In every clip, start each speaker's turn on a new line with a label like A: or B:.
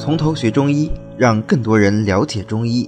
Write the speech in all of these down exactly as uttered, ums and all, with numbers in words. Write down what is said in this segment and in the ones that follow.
A: 从头学中医，让更多人了解中医。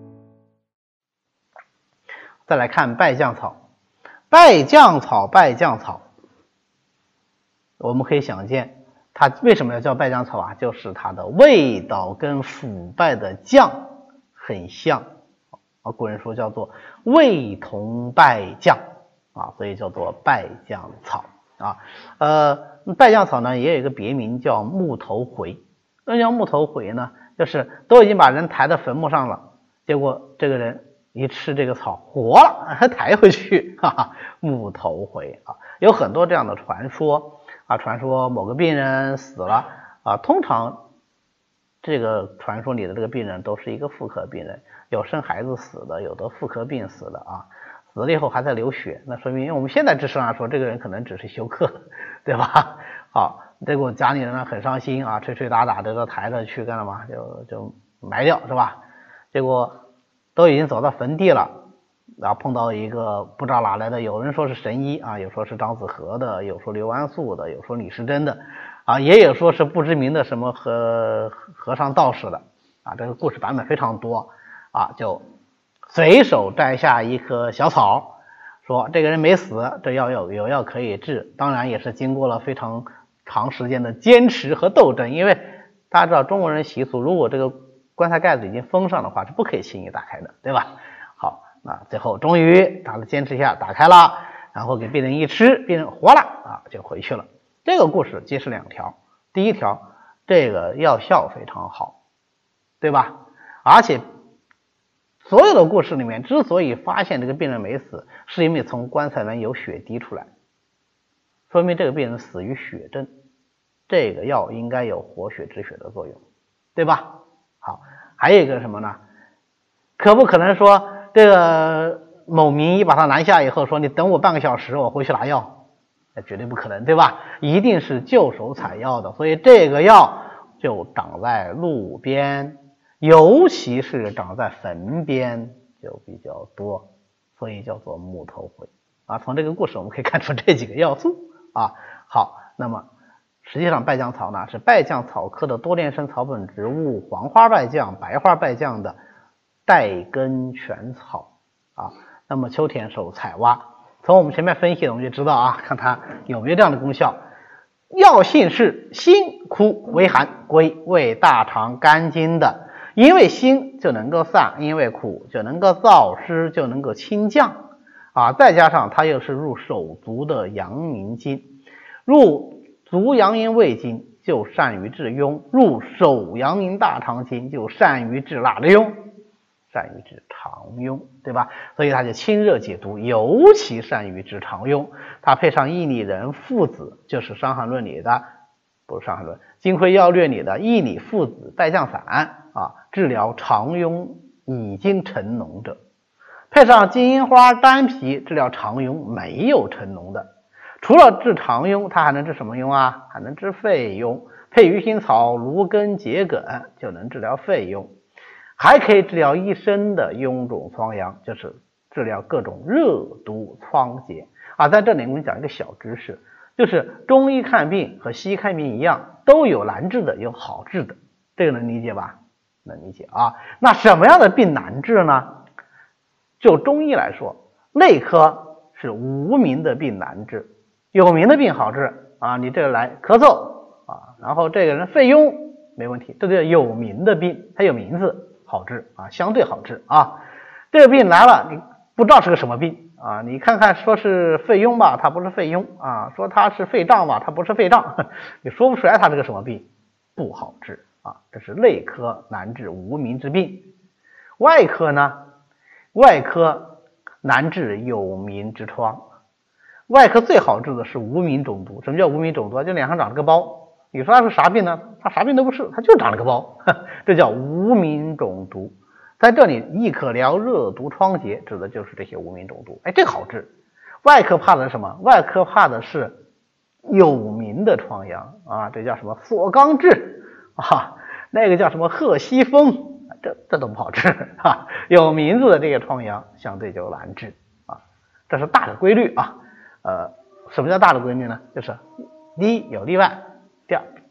B: 再来看败酱草，败酱草，败酱草，我们可以想见，它为什么要叫败酱草啊？就是它的味道跟腐败的酱很像啊，古人说叫做味同败酱啊，所以叫做败酱草啊。呃，败酱草呢也有一个别名叫木头茴。那叫木头茴呢，就是都已经把人抬到坟墓上了，结果这个人一吃这个草活了，还抬回去，哈哈，木头茴啊，有很多这样的传说啊，传说某个病人死了啊，通常这个传说里的这个病人都是一个妇科病人，有生孩子死的，有得妇科病死的啊，死了以后还在流血，那说明我们现在知识上来说，这个人可能只是休克，对吧？好，结果家里人呢很伤心啊，捶捶打打的都抬着去干了嘛，就就埋掉是吧？结果都已经走到坟地了，然后碰到一个不知道哪来的，有人说是神医啊，有说是张子和的，有说刘安素的，有说李时珍的啊，也有说是不知名的什么和和尚道士的啊，这个故事版本非常多啊，就随手摘下一棵小草。说这个人没死，这药有有药可以治，当然也是经过了非常长时间的坚持和斗争，因为大家知道中国人习俗，如果这个棺材盖子已经封上的话，是不可以轻易打开的，对吧？好，那最后终于他的坚持一下打开了，然后给病人一吃，病人活了啊，就回去了。这个故事揭示两条，第一条，这个药效非常好，对吧？而且所有的故事里面，之所以发现这个病人没死，是因为从棺材里面有血滴出来，说明这个病人死于血症，这个药应该有活血止血的作用，对吧？好，还有一个什么呢？可不可能说这个某名医把他拦下以后说你等我半个小时，我回去拿药？那绝对不可能，对吧？一定是就手采药的，所以这个药就长在路边，尤其是长在坟边就比较多，所以叫做木头茴啊。从这个故事我们可以看出这几个要素啊。好，那么实际上败酱草呢是败酱草科的多年生草本植物黄花败酱、白花败酱的带根全草啊。那么秋天时候采挖，从我们前面分析的我们就知道啊，看它有没有这样的功效。药性是辛苦微寒，归胃大肠肝经的。因为辛就能够散，因为苦就能够燥湿，就能够清降啊。再加上它又是入手足的阳明经，入足阳明胃经就善于治痈，入手阳明大肠经就善于治哪的痈？善于治肠痈，对吧？所以它就清热解毒，尤其善于治肠痈。它配上益里仁附子，就是《伤寒论》里的，不是《伤寒论》，《金匮要略》里的益里附子败酱散啊，治疗肠痈已经成脓者，配上金银花丹皮治疗肠痈没有成脓的。除了治肠痈，它还能治什么痈啊？还能治肺痈，配鱼腥草、芦根、桔梗就能治疗肺痈，还可以治疗一身的臃肿疮疡，就是治疗各种热毒疮结啊。在这里我们讲一个小知识，就是中医看病和西医看病一样，都有难治的，有好治的，这个能理解吧？能理解啊。那什么样的病难治呢？就中医来说，内科是无名的病难治，有名的病好治啊。你这个来咳嗽啊，然后这个人肺痈没问题，这叫有名的病，它有名字好治啊，相对好治啊。这个病来了，你不知道是个什么病啊？你看看，说是肺痈吧，它不是肺痈啊；说它是肺胀吧，它不是肺胀，你说不出来它是个什么病，不好治啊。这是内科难治无名之病。外科呢？外科难治有名之疮。外科最好治的是无名肿毒。什么叫无名肿毒？就脸上长了个包，你说它是啥病呢？它啥病都不是，它就长了个包，这叫无名肿毒。在这里亦可疗热毒疮结，指的就是这些无名肿毒。哎，这个好治。外科怕的是什么？外科怕的是有名的疮疡啊，这叫什么锁肛痔啊，那个叫什么贺西风，这这都不好治啊。有名字的这个疮疡相对就难治啊，这是大的规律啊。呃，什么叫大的规律呢？就是第一有例外，第二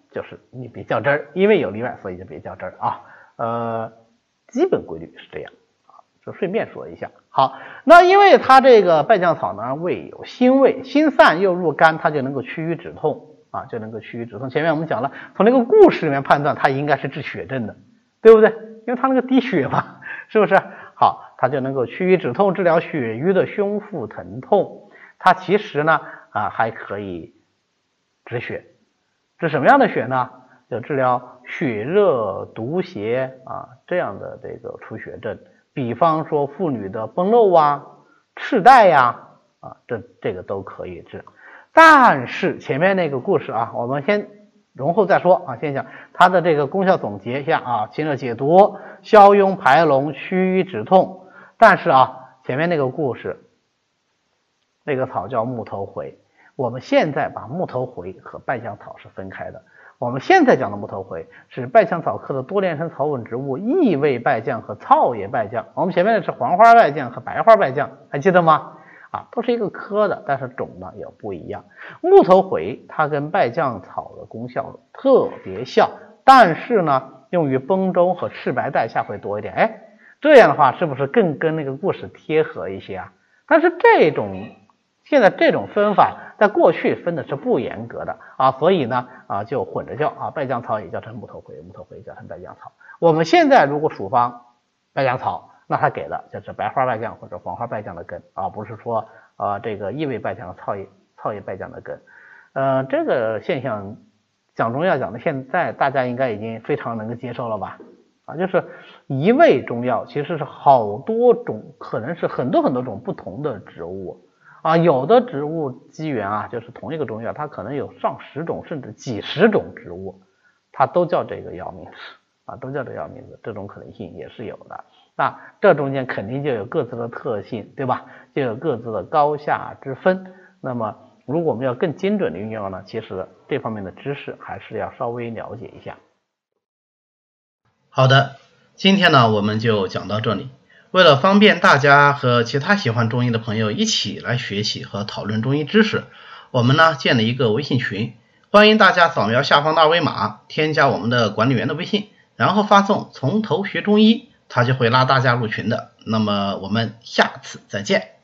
B: 就是你别较真儿，因为有例外，所以就别较真儿啊。呃，基本规律是这样啊，就顺便说一下。好，那因为它这个败酱草呢，味有辛味，辛散又入肝，它就能够祛瘀止痛啊，就能够祛瘀止痛。前面我们讲了，从那个故事里面判断，它应该是治血症的，对不对？因为它那个滴血嘛，是不是？好，它就能够祛瘀止痛，治疗血瘀的胸腹疼痛。它其实呢啊还可以止血，治什么样的血呢？就治疗血热毒邪啊这样的这个出血症，比方说妇女的崩漏啊、赤带呀啊，这这个都可以治。但是前面那个故事啊，我们先容后再说啊，先讲它的这个功效总结一下啊，清热解毒、消痈排脓、祛瘀止痛。但是啊，前面那个故事，那个草叫木头茴，我们现在把木头茴和败酱草是分开的。我们现在讲的木头茴是败酱草科的多年生草本植物异味败酱和草叶败酱。我们前面的是黄花败酱和白花败酱，还记得吗？啊，都是一个科的，但是种呢也不一样。木头茴它跟败酱草的功效特别像，但是呢，用于崩粥和赤白带下会多一点。哎，这样的话是不是更跟那个故事贴合一些啊？但是这种现在这种分法在过去分的是不严格的啊，所以呢啊就混着叫啊，败酱草也叫成木头茴，木头茴叫成败酱草。我们现在如果处方败酱草，那他给的就是白花败酱或者黄花败酱的根啊，不是说呃这个异味败酱、草叶草叶败酱的根。呃，这个现象讲中药讲的现在大家应该已经非常能够接受了吧？啊，就是一味中药其实是好多种，可能是很多很多种不同的植物啊，有的植物机缘啊，就是同一个中药，它可能有上十种甚至几十种植物，它都叫这个药名字啊，都叫这个药名字，这种可能性也是有的。那这中间肯定就有各自的特性，对吧？就有各自的高下之分。那么如果我们要更精准的运用呢，其实这方面的知识还是要稍微了解一下。
C: 好的，今天呢我们就讲到这里。为了方便大家和其他喜欢中医的朋友一起来学习和讨论中医知识，我们呢建了一个微信群，欢迎大家扫描下方的二维码，添加我们的管理员的微信，然后发送从头学中医，他就会拉大家入群的。那么我们下次再见。